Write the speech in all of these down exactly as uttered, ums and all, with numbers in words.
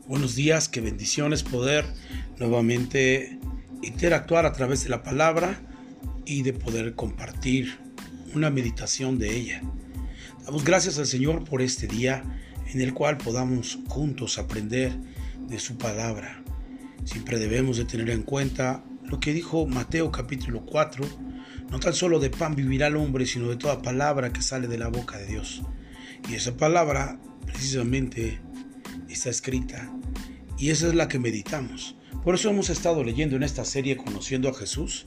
Buenos días, qué bendiciones poder nuevamente interactuar a través de la palabra y de poder compartir una meditación de ella. Damos gracias al Señor por este día en el cual podamos juntos aprender de su palabra. Siempre debemos de tener en cuenta lo que dijo Mateo capítulo cuatro, no tan solo de pan vivirá el hombre, sino de toda palabra que sale de la boca de Dios. Y esa palabra precisamente está escrita y esa es la que meditamos. Por eso hemos estado leyendo en esta serie Conociendo a Jesús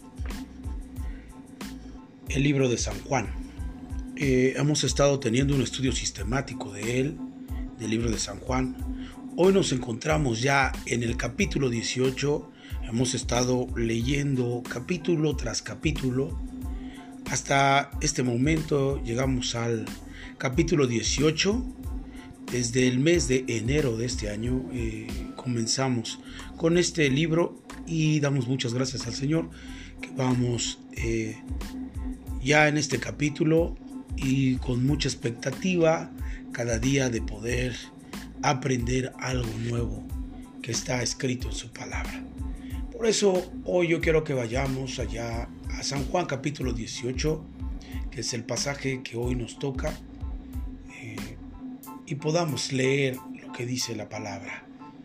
el libro de San Juan. Eh, hemos estado teniendo un estudio sistemático de él, del libro de San Juan. Hoy nos encontramos ya en el capítulo dieciocho. Hemos estado leyendo capítulo tras capítulo. Hasta este momento llegamos al capítulo dieciocho. Desde el mes de enero de este año eh, comenzamos con este libro y damos muchas gracias al Señor que vamos eh, ya en este capítulo y con mucha expectativa cada día de poder aprender algo nuevo que está escrito en su palabra. Por eso hoy yo quiero que vayamos allá a San Juan capítulo dieciocho, que es el pasaje que hoy nos toca, eh, y podamos leer lo que dice la palabra,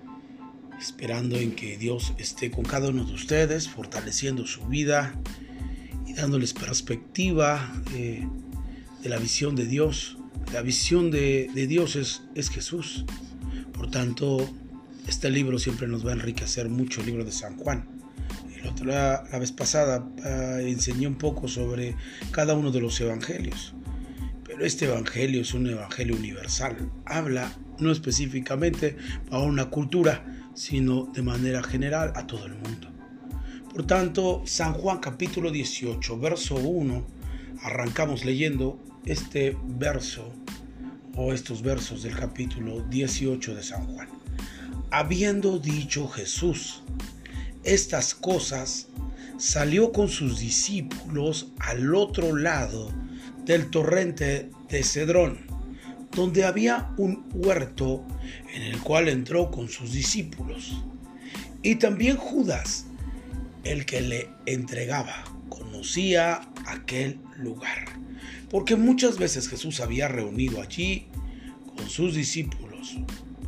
esperando en que Dios esté con cada uno de ustedes, fortaleciendo su vida y dándoles perspectiva eh, de la visión de Dios. La visión de, de Dios es, es Jesús. Por tanto, este libro siempre nos va a enriquecer mucho, el libro de San Juan. El otro, la, la vez pasada uh, enseñé un poco sobre cada uno de los evangelios. Pero este evangelio es un evangelio universal. Habla no específicamente para una cultura, sino de manera general a todo el mundo. Por tanto, San Juan capítulo dieciocho, verso uno, arrancamos leyendo este verso o estos versos del capítulo dieciocho de San Juan. Habiendo dicho Jesús estas cosas, salió con sus discípulos al otro lado del torrente de Cedrón, donde había un huerto en el cual entró con sus discípulos. Y también Judas, el que le entregaba, conocía aquel lugar, porque muchas veces Jesús había reunido allí con sus discípulos.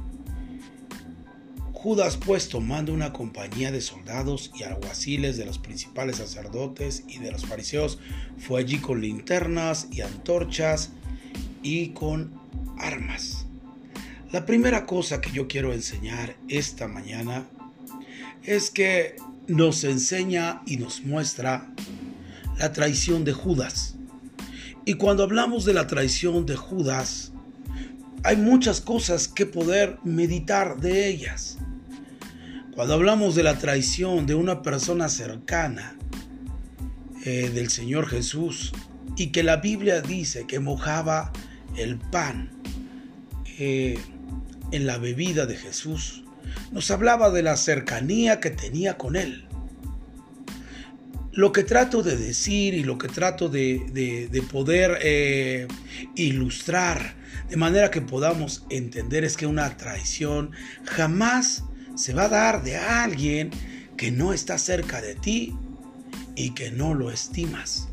Judas, pues, tomando una compañía de soldados y alguaciles de los principales sacerdotes y de los fariseos, fue allí con linternas y antorchas y con armas. La primera cosa que yo quiero enseñar esta mañana es que nos enseña y nos muestra la traición de Judas. Y cuando hablamos de la traición de Judas, hay muchas cosas que poder meditar de ellas. Cuando hablamos de la traición de una persona cercana eh, del Señor Jesús, y que la Biblia dice que mojaba el pan eh, en la bebida de Jesús, nos hablaba de la cercanía que tenía con Él. Lo que trato de decir y lo que trato de, de, de poder eh, ilustrar de manera que podamos entender es que una traición jamás se va a dar de alguien que no está cerca de ti y que no lo estimas.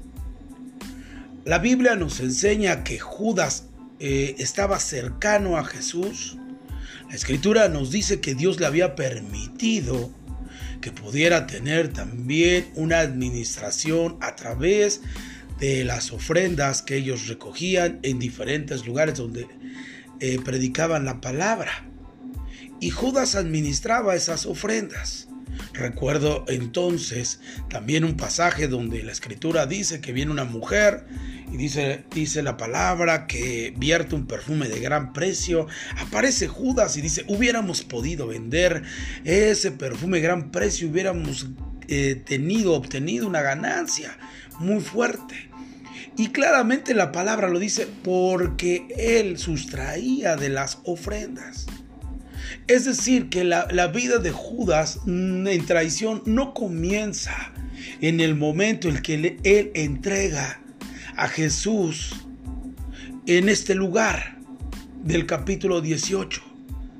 La Biblia nos enseña que Judas eh, estaba cercano a Jesús. La Escritura nos dice que Dios le había permitido que pudiera tener también una administración a través de las ofrendas que ellos recogían en diferentes lugares donde eh, predicaban la palabra. Y Judas administraba esas ofrendas. Recuerdo entonces también un pasaje donde la Escritura dice que viene una mujer y dice, dice la palabra que vierte un perfume de gran precio. Aparece Judas y dice, hubiéramos podido vender ese perfume de gran precio, hubiéramos eh, tenido, obtenido una ganancia muy fuerte. Y claramente la palabra lo dice, porque él sustraía de las ofrendas. Es decir, que la, la vida de Judas en traición no comienza en el momento en que le, él entrega a Jesús en este lugar del capítulo dieciocho,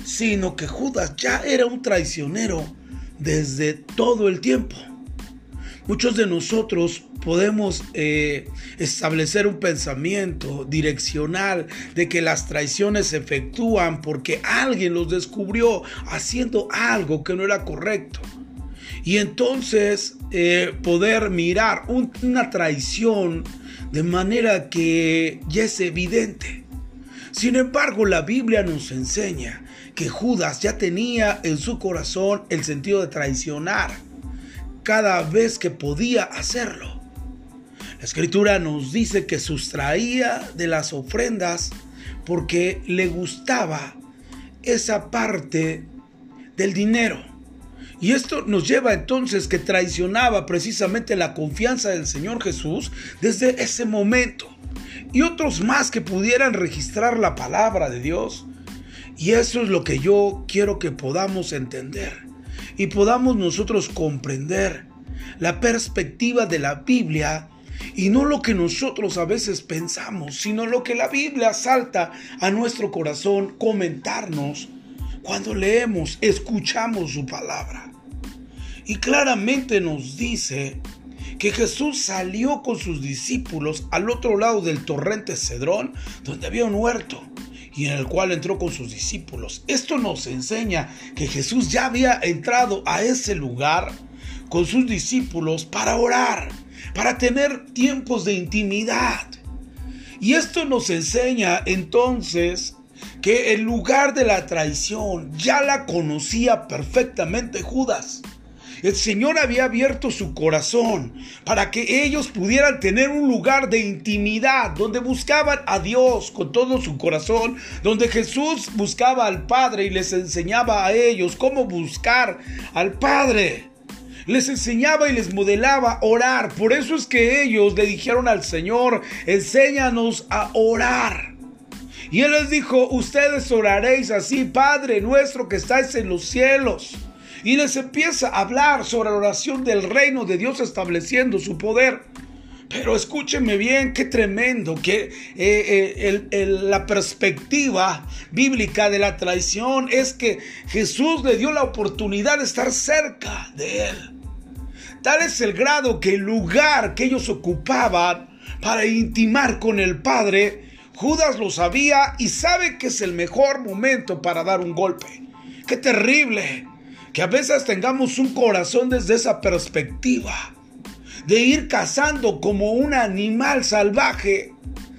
sino que Judas ya era un traicionero desde todo el tiempo. Muchos de nosotros podemos eh, establecer un pensamiento direccional de que las traiciones se efectúan porque alguien los descubrió haciendo algo que no era correcto. Y entonces eh, poder mirar un, una traición de manera que ya es evidente. Sin embargo, la Biblia nos enseña que Judas ya tenía en su corazón el sentido de traicionar cada vez que podía hacerlo. La Escritura nos dice que sustraía de las ofrendas porque le gustaba esa parte del dinero. Y esto nos lleva entonces que traicionaba precisamente la confianza del Señor Jesús desde ese momento. Y otros más que pudieran registrar la palabra de Dios. Y eso es lo que yo quiero que podamos entender. Y podamos nosotros comprender la perspectiva de la Biblia. Y no lo que nosotros a veces pensamos, sino lo que la Biblia salta a nuestro corazón comentarnos cuando leemos, escuchamos su palabra. Y claramente nos dice que Jesús salió con sus discípulos al otro lado del torrente Cedrón, donde había un huerto, y en el cual entró con sus discípulos. Esto nos enseña que Jesús ya había entrado a ese lugar con sus discípulos para orar, para tener tiempos de intimidad. Y esto nos enseña entonces que el lugar de la traición ya la conocía perfectamente Judas. El Señor había abierto su corazón para que ellos pudieran tener un lugar de intimidad, donde buscaban a Dios con todo su corazón, donde Jesús buscaba al Padre y les enseñaba a ellos cómo buscar al Padre. Les enseñaba y les modelaba orar. Por eso es que ellos le dijeron al Señor: enséñanos a orar. Y Él les dijo: ustedes oraréis así: Padre nuestro que estáis en los cielos. Y les empieza a hablar sobre la oración del reino de Dios, estableciendo su poder. Pero escúchenme bien, qué tremendo que eh, eh, el, el, la perspectiva bíblica de la traición es que Jesús le dio la oportunidad de estar cerca de Él. Tal es el grado que el lugar que ellos ocupaban para intimar con el Padre, Judas lo sabía y sabe que es el mejor momento para dar un golpe. ¡Qué terrible! Que a veces tengamos un corazón desde esa perspectiva, de ir cazando como un animal salvaje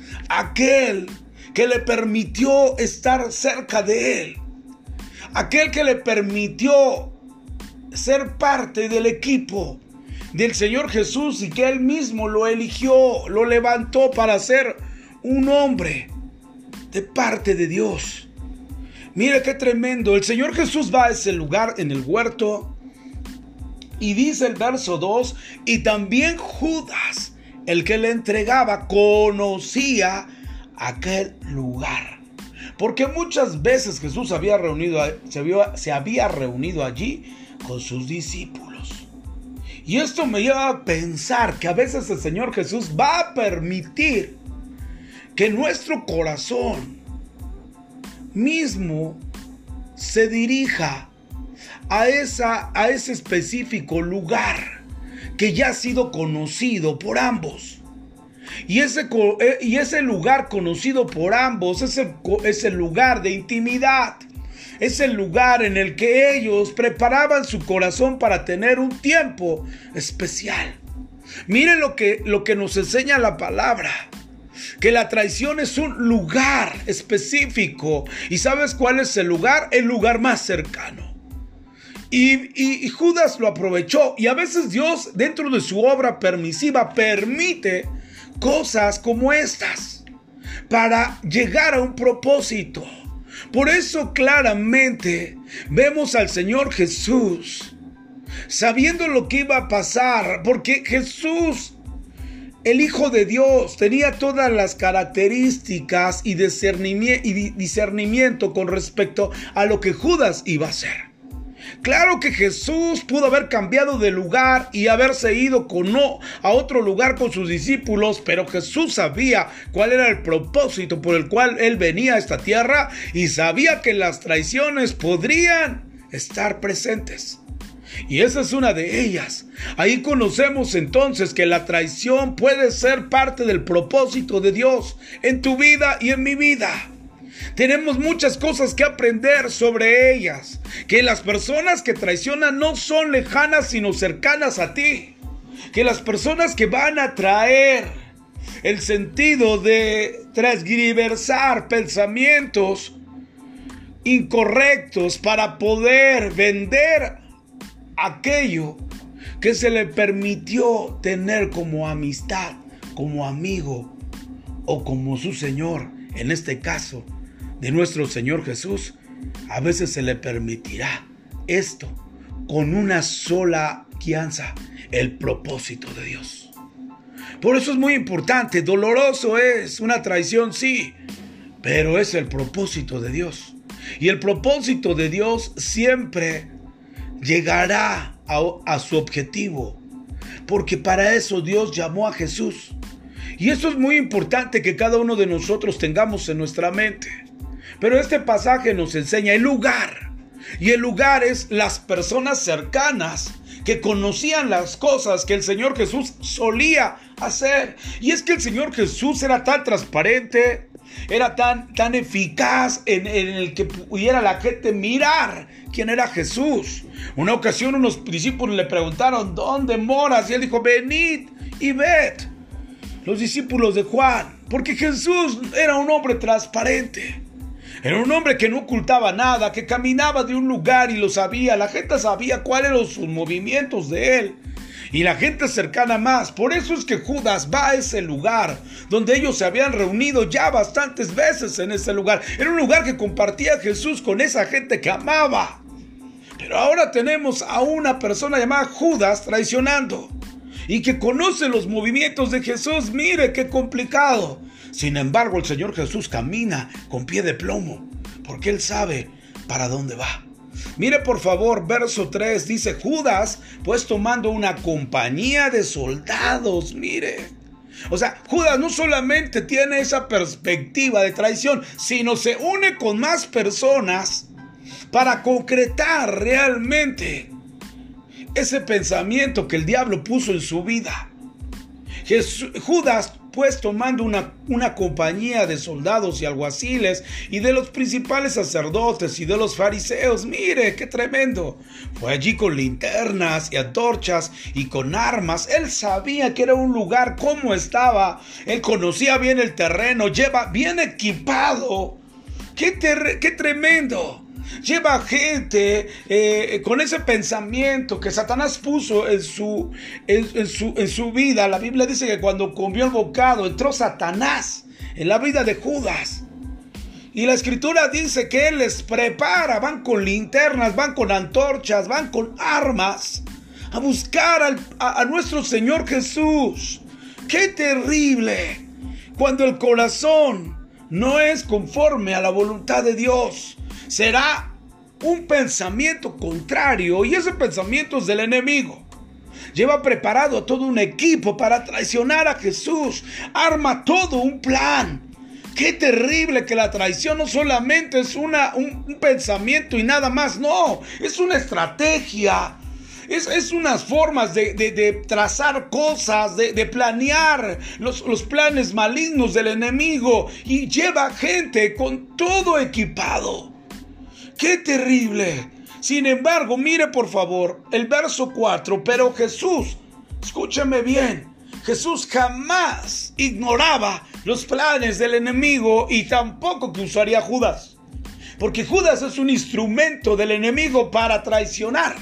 aquel que le permitió estar cerca de Él, aquel que le permitió ser parte del equipo del Señor Jesús y que Él mismo lo eligió, lo levantó para ser un hombre de parte de Dios. Mire qué tremendo. El Señor Jesús va a ese lugar en el huerto y dice el verso dos: y también Judas, el que le entregaba, conocía aquel lugar. Porque muchas veces Jesús había reunido, se, había, se había reunido allí con sus discípulos. Y esto me lleva a pensar que a veces el Señor Jesús va a permitir que nuestro corazón mismo se dirija a, esa, a ese específico lugar que ya ha sido conocido por ambos. Y ese, y ese lugar conocido por ambos es el, es el lugar de intimidad. Es el lugar en el que ellos preparaban su corazón para tener un tiempo especial. Miren lo que, lo que nos enseña la palabra. Que la traición es un lugar específico. ¿Y sabes cuál es el lugar? El lugar más cercano. Y, y, y Judas lo aprovechó. Y a veces Dios, dentro de su obra permisiva, permite cosas como estas para llegar a un propósito. Por eso claramente vemos al Señor Jesús sabiendo lo que iba a pasar. Porque Jesús, el Hijo de Dios, tenía todas las características y discernimiento con respecto a lo que Judas iba a hacer. Claro que Jesús pudo haber cambiado de lugar y haberse ido con no, a otro lugar con sus discípulos, pero Jesús sabía cuál era el propósito por el cual Él venía a esta tierra y sabía que las traiciones podrían estar presentes. Y esa es una de ellas. Ahí conocemos entonces que la traición puede ser parte del propósito de Dios en tu vida y en mi vida. Tenemos muchas cosas que aprender sobre ellas. Que las personas que traicionan no son lejanas sino cercanas a ti. Que las personas que van a traer el sentido de transgiversar pensamientos incorrectos para poder vender aquello que se le permitió tener como amistad, como amigo o como su Señor, en este caso de nuestro Señor Jesús, a veces se le permitirá esto con una sola guianza, el propósito de Dios. Por eso es muy importante, doloroso es una traición, sí, pero es el propósito de Dios. Y el propósito de Dios siempre llegará a, a su objetivo, porque para eso Dios llamó a Jesús. Y eso es muy importante que cada uno de nosotros tengamos en nuestra mente. Pero este pasaje nos enseña el lugar, y el lugar es las personas cercanas que conocían las cosas que el Señor Jesús solía hacer. Y es que el Señor Jesús era tan transparente, era tan, tan eficaz en, en el que pudiera la gente mirar quién era Jesús. Una ocasión unos discípulos le preguntaron: ¿dónde moras? Y él dijo: venid y ved. Los discípulos de Juan, porque Jesús era un hombre transparente. Era un hombre que no ocultaba nada, que caminaba de un lugar y lo sabía. La gente sabía cuáles eran sus movimientos de él. Y la gente cercana más. Por eso es que Judas va a ese lugar donde ellos se habían reunido ya bastantes veces en ese lugar. Era un lugar que compartía Jesús con esa gente que amaba. Pero ahora tenemos a una persona llamada Judas traicionando y que conoce los movimientos de Jesús. Mire qué complicado. Sin embargo, el Señor Jesús camina con pie de plomo porque Él sabe para dónde va. Mire por favor, verso tres, dice: Judas, pues tomando una compañía de soldados. Mire, o sea, Judas no solamente tiene esa perspectiva de traición, sino se une con más personas para concretar realmente ese pensamiento que el diablo puso en su vida. Jesús, Judas, pues tomando una, una compañía de soldados y alguaciles y de los principales sacerdotes y de los fariseos. Mire qué tremendo. Fue allí con linternas y antorchas y con armas. Él sabía que era un lugar, cómo estaba. Él conocía bien el terreno, lleva bien equipado. Qué, ter- qué tremendo. Lleva gente eh, con ese pensamiento que Satanás puso en su, en, en, su, en su vida. La Biblia dice que cuando comió el bocado entró Satanás en la vida de Judas. Y la Escritura dice que Él les prepara. Van con linternas, van con antorchas, van con armas a buscar al, a, a nuestro Señor Jesús. ¡Qué terrible! Cuando el corazón no es conforme a la voluntad de Dios, será un pensamiento contrario, y ese pensamiento es del enemigo. Lleva preparado todo un equipo para traicionar a Jesús. Arma todo un plan. Qué terrible que la traición no solamente es una, un, un pensamiento y nada más. No, es una estrategia. Es, es unas formas de, de, de trazar cosas, de, de planear los, los planes malignos del enemigo. Y lleva gente con todo equipado. ¡Qué terrible! Sin embargo, mire por favor el verso cuatro. Pero Jesús, escúchame bien, Jesús jamás ignoraba los planes del enemigo y tampoco que usaría Judas. Porque Judas es un instrumento del enemigo para traicionar.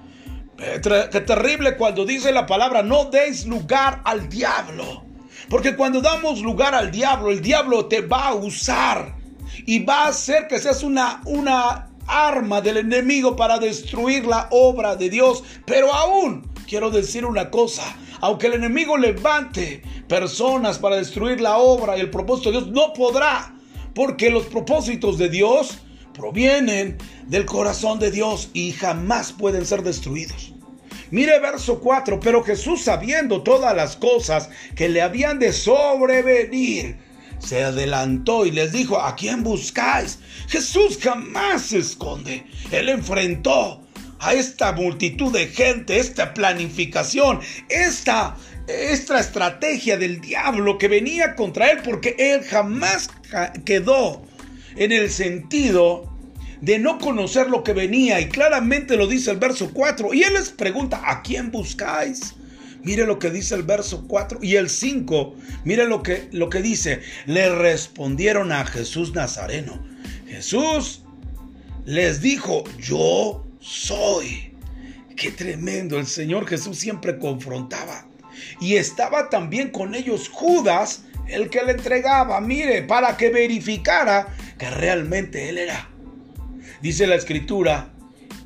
Qué terrible cuando dice la palabra: no deis lugar al diablo. Porque cuando damos lugar al diablo, el diablo te va a usar y va a hacer que seas una, una arma del enemigo para destruir la obra de Dios. Pero aún quiero decir una cosa: aunque el enemigo levante personas para destruir la obra y el propósito de Dios, no podrá, porque los propósitos de Dios provienen del corazón de Dios y jamás pueden ser destruidos. Mire verso cuatro, pero Jesús, sabiendo todas las cosas que le habían de sobrevenir, se adelantó y les dijo: ¿a quién buscáis? Jesús jamás se esconde. Él enfrentó a esta multitud de gente, esta planificación, esta, esta estrategia del diablo que venía contra él, porque él jamás quedó en el sentido de no conocer lo que venía, y claramente lo dice el verso cuatro, y él les pregunta: ¿a quién buscáis? Mire lo que dice el verso cuatro y el cinco. Mire lo que, lo que dice. Le respondieron a Jesús Nazareno. Jesús les dijo: yo soy. Qué tremendo. El Señor Jesús siempre confrontaba. Y estaba también con ellos Judas, el que le entregaba. Mire, para que verificara que realmente él era. Dice la Escritura,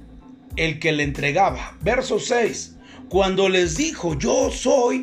el que le entregaba. Verso seis. Cuando les dijo: yo soy,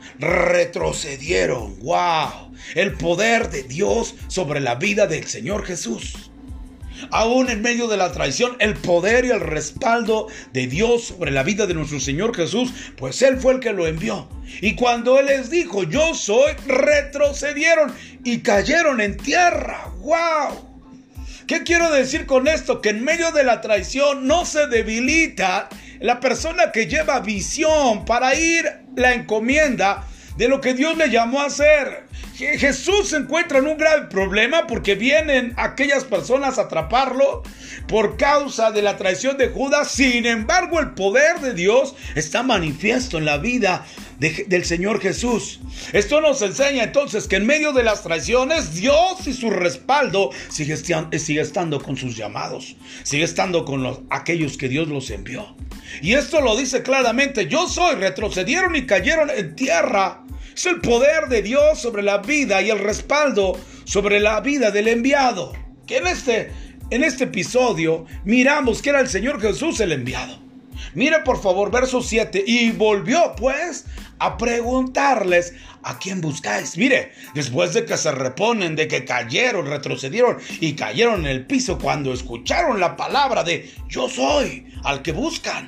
retrocedieron. ¡Wow! El poder de Dios sobre la vida del Señor Jesús. Aún en medio de la traición, el poder y el respaldo de Dios sobre la vida de nuestro Señor Jesús, pues Él fue el que lo envió. Y cuando Él les dijo: yo soy, retrocedieron y cayeron en tierra. ¡Wow! ¿Qué quiero decir con esto? Que en medio de la traición no se debilita la persona que lleva visión para ir la encomienda de lo que Dios le llamó a hacer. Jesús se encuentra en un grave problema porque vienen aquellas personas a atraparlo por causa de la traición de Judas. Sin embargo, el poder de Dios está manifiesto en la vida de, del Señor Jesús. Esto nos enseña entonces que en medio de las traiciones, Dios y su respaldo sigue, sigue estando con sus llamados, sigue estando con los, aquellos que Dios los envió. Y esto lo dice claramente: yo soy, retrocedieron y cayeron en tierra. Es el poder de Dios sobre la vida y el respaldo sobre la vida del enviado. Que en este, en este episodio miramos que era el Señor Jesús el enviado. Mire por favor verso siete. Y volvió pues a preguntarles: ¿a quién buscáis? Mire, después de que se reponen, de que cayeron, retrocedieron y cayeron en el piso cuando escucharon la palabra de yo soy al que buscan.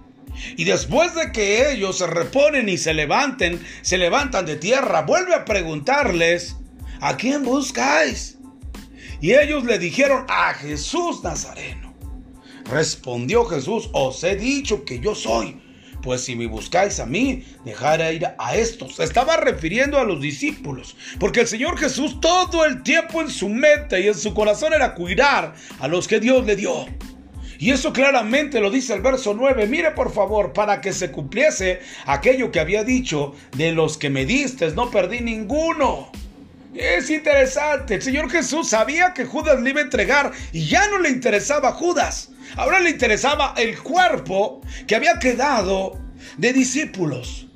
Y después de que ellos se reponen y se levanten, se levantan de tierra, vuelve a preguntarles: ¿a quién buscáis? Y ellos le dijeron: a Jesús Nazareno. Respondió Jesús: os he dicho que yo soy. Pues si me buscáis a mí, dejaré ir a estos. Se estaba refiriendo a los discípulos, porque el Señor Jesús todo el tiempo en su mente y en su corazón era cuidar a los que Dios le dio. Y eso claramente lo dice el verso nueve. Mire por favor, para que se cumpliese aquello que había dicho: de los que me diste no perdí ninguno. Es interesante, el Señor Jesús sabía que Judas le iba a entregar y ya no le interesaba Judas. Ahora le interesaba el cuerpo que había quedado de discípulos.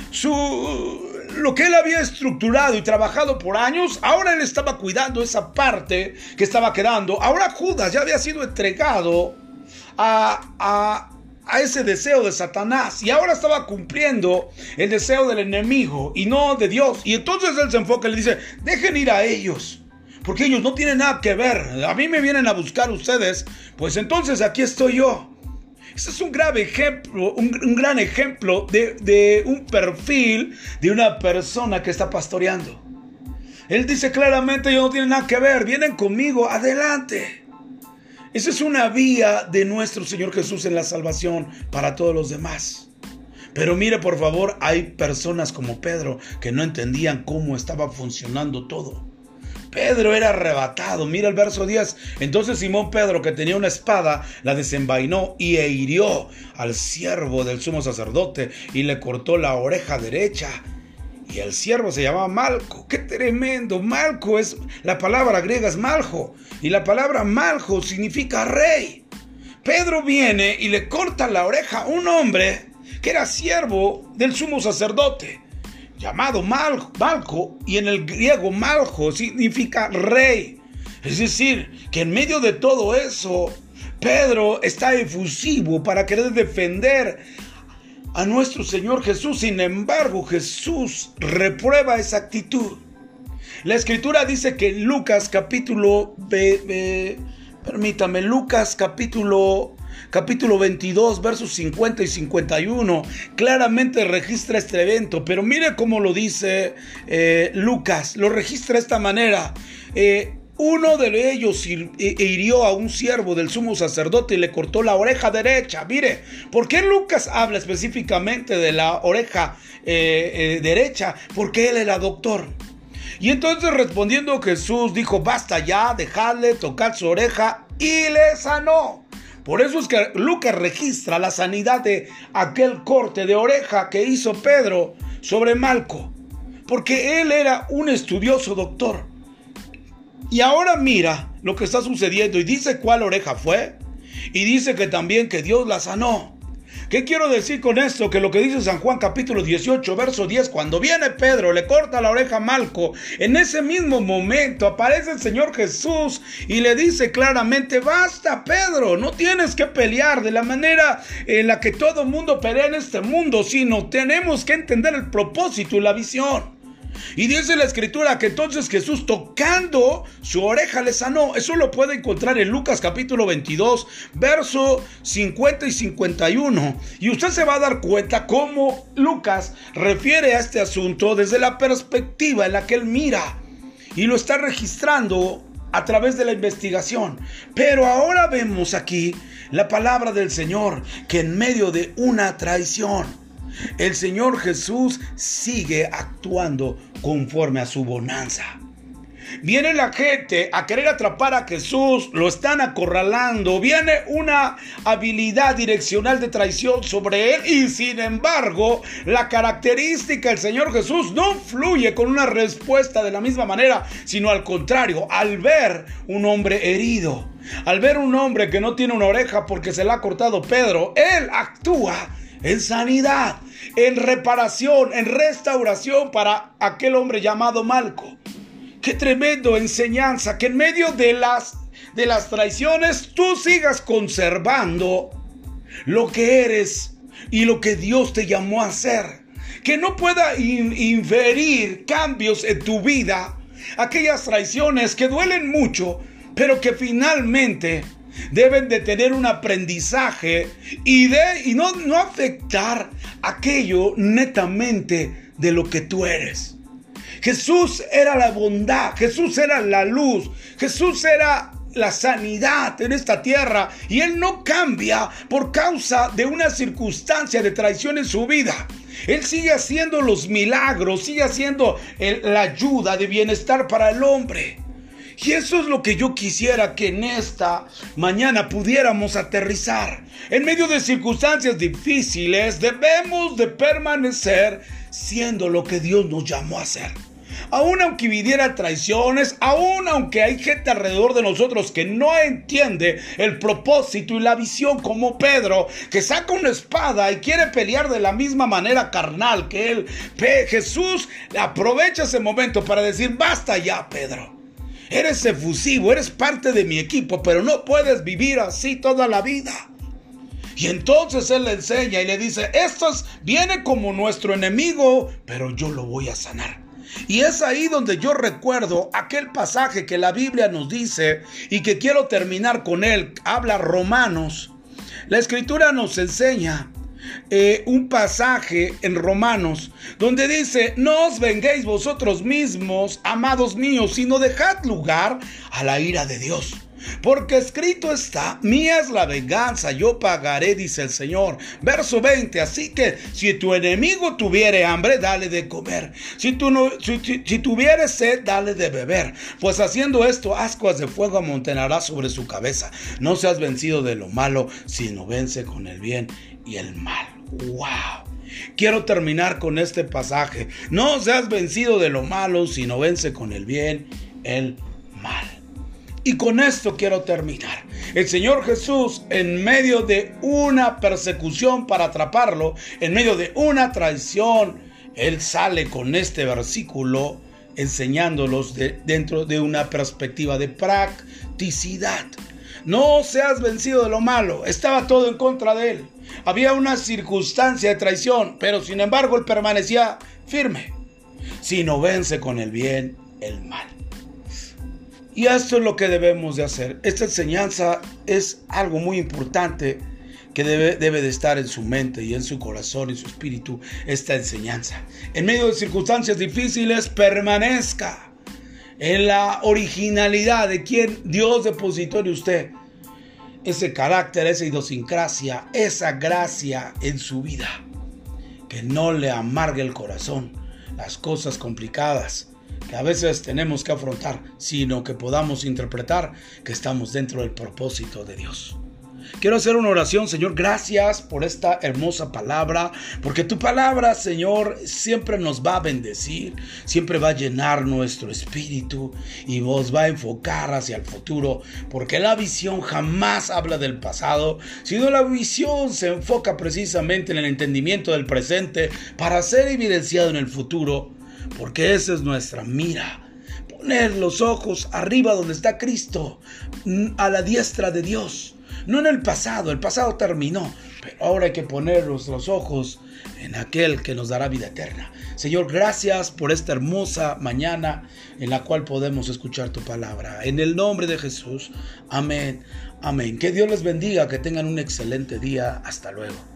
Su, lo que él había estructurado y trabajado por años, ahora él estaba cuidando esa parte que estaba quedando. Ahora Judas ya había sido entregado a, a, a ese deseo de Satanás y ahora estaba cumpliendo el deseo del enemigo y no de Dios. Y entonces él se enfoca y le dice: dejen ir a ellos, porque ellos no tienen nada que ver. A mí me vienen a buscar ustedes, pues entonces aquí estoy yo. Este es un grave ejemplo, un, un gran ejemplo de, de un perfil de una persona que está pastoreando. Él dice claramente: ellos no tienen nada que ver, vienen conmigo, adelante. Esa es una vía de nuestro Señor Jesús en la salvación para todos los demás. Pero mire por favor, hay personas como Pedro que no entendían cómo estaba funcionando todo. Pedro era arrebatado. Mira el verso diez. Entonces Simón Pedro, que tenía una espada, la desenvainó y hirió al siervo del sumo sacerdote y le cortó la oreja derecha. Y el siervo se llamaba Malco. ¡Qué tremendo! Malco es, la palabra griega es Maljo. Y la palabra Maljo significa rey. Pedro viene y le corta la oreja a un hombre que era siervo del sumo sacerdote, llamado Mal, Malco, y en el griego Maljo significa rey. Es decir, que en medio de todo eso, Pedro está efusivo para querer defender a nuestro Señor Jesús. Sin embargo, Jesús reprueba esa actitud. La Escritura dice que en Lucas capítulo Permítame, Lucas capítulo, capítulo veintidós, versos cincuenta y cincuenta y uno, claramente registra este evento, pero mire cómo lo dice eh, Lucas, lo registra de esta manera. Eh, Uno de ellos hirió a un siervo del sumo sacerdote y le cortó la oreja derecha. Mire, ¿por qué Lucas habla específicamente de la oreja eh, eh, derecha? Porque él era doctor. Y entonces respondiendo Jesús dijo: basta ya, dejadle tocar su oreja, y le sanó. Por eso es que Lucas registra la sanidad de aquel corte de oreja que hizo Pedro sobre Malco, porque él era un estudioso doctor. Y ahora mira lo que está sucediendo y dice cuál oreja fue, y dice que también que Dios la sanó. ¿Qué quiero decir con esto? Que lo que dice San Juan capítulo dieciocho, verso diez, cuando viene Pedro, le corta la oreja a Malco, en ese mismo momento aparece el Señor Jesús y le dice claramente: basta, Pedro, no tienes que pelear de la manera en la que todo mundo pelea en este mundo, sino tenemos que entender el propósito y la visión. Y dice la escritura que entonces Jesús, tocando su oreja, le sanó. Eso lo puede encontrar en Lucas capítulo veintidós, verso cincuenta y cincuenta y uno. Y usted se va a dar cuenta cómo Lucas refiere a este asunto desde la perspectiva en la que él mira, y lo está registrando a través de la investigación. Pero ahora vemos aquí la palabra del Señor, que en medio de una traición, el Señor Jesús sigue actuando conforme a su bonanza. Viene la gente a querer atrapar a Jesús, lo están acorralando, viene una habilidad direccional de traición sobre él, y sin embargo, la característica del Señor Jesús no fluye con una respuesta de la misma manera, sino al contrario. Al ver un hombre herido, al ver un hombre que no tiene una oreja porque se la ha cortado Pedro, él actúa en sanidad, en reparación, en restauración para aquel hombre llamado Malco. Qué tremendo enseñanza, que en medio de las, de las traiciones tú sigas conservando lo que eres y lo que Dios te llamó a hacer. Que no pueda in, inferir cambios en tu vida, aquellas traiciones que duelen mucho, pero que finalmente deben de tener un aprendizaje y, de, y no, no afectar aquello netamente de lo que tú eres. Jesús era la bondad, Jesús era la luz, Jesús era la sanidad en esta tierra, y Él no cambia por causa de una circunstancia de traición en su vida. Él sigue haciendo los milagros, sigue haciendo el, la ayuda de bienestar para el hombre. Y eso es lo que yo quisiera que en esta mañana pudiéramos aterrizar. En medio de circunstancias difíciles debemos de permanecer siendo lo que Dios nos llamó a ser. Aún aunque viviera traiciones, aún aunque hay gente alrededor de nosotros que no entiende el propósito y la visión, como Pedro, que saca una espada y quiere pelear de la misma manera carnal que él, Jesús aprovecha ese momento para decir: basta ya, Pedro. Eres efusivo, eres parte de mi equipo, pero no puedes vivir así toda la vida. Y entonces él le enseña y le dice: esto es, viene como nuestro enemigo, pero yo lo voy a sanar. Y es ahí donde yo recuerdo aquel pasaje que la Biblia nos dice y que quiero terminar con él. Habla Romanos. La Escritura nos enseña Eh, un pasaje en Romanos donde dice: no os venguéis vosotros mismos, amados míos, sino dejad lugar a la ira de Dios, porque escrito está: mía es la venganza, yo pagaré, dice el Señor. Verso veinte: así que si tu enemigo tuviere hambre, dale de comer, si, tu no, si, si, si tuviere sed, dale de beber, pues haciendo esto, ascuas de fuego amontonará sobre su cabeza. No seas vencido de lo malo, sino vence con el bien y el mal. ¡Wow! Quiero terminar con este pasaje. No seas vencido de lo malo, sino vence con el bien, el mal. Y con esto quiero terminar. El Señor Jesús, en medio de una persecución para atraparlo, en medio de una traición, Él sale con este versículo enseñándolos de, dentro de una perspectiva de practicidad. No seas vencido de lo malo. Estaba todo en contra de él. Había una circunstancia de traición, pero sin embargo él permanecía firme. Si no vence con el bien, el mal. Y esto es lo que debemos de hacer. Esta enseñanza es algo muy importante que debe, debe de estar en su mente y en su corazón y su espíritu, esta enseñanza. En medio de circunstancias difíciles, permanezca en la originalidad de quien Dios depositó en usted. Ese carácter, esa idiosincrasia, esa gracia en su vida. Que no le amargue el corazón las cosas complicadas que a veces tenemos que afrontar, sino que podamos interpretar que estamos dentro del propósito de Dios. Quiero hacer una oración. Señor, gracias por esta hermosa palabra, porque tu palabra, Señor, siempre nos va a bendecir, siempre va a llenar nuestro espíritu y nos va a enfocar hacia el futuro, porque la visión jamás habla del pasado, sino la visión se enfoca precisamente en el entendimiento del presente para ser evidenciado en el futuro, porque esa es nuestra mira. Poner los ojos arriba donde está Cristo, a la diestra de Dios. No en el pasado, el pasado terminó, pero ahora hay que poner nuestros ojos en aquel que nos dará vida eterna. Señor, gracias por esta hermosa mañana en la cual podemos escuchar tu palabra. En el nombre de Jesús, amén, amén. Que Dios les bendiga, que tengan un excelente día. Hasta luego.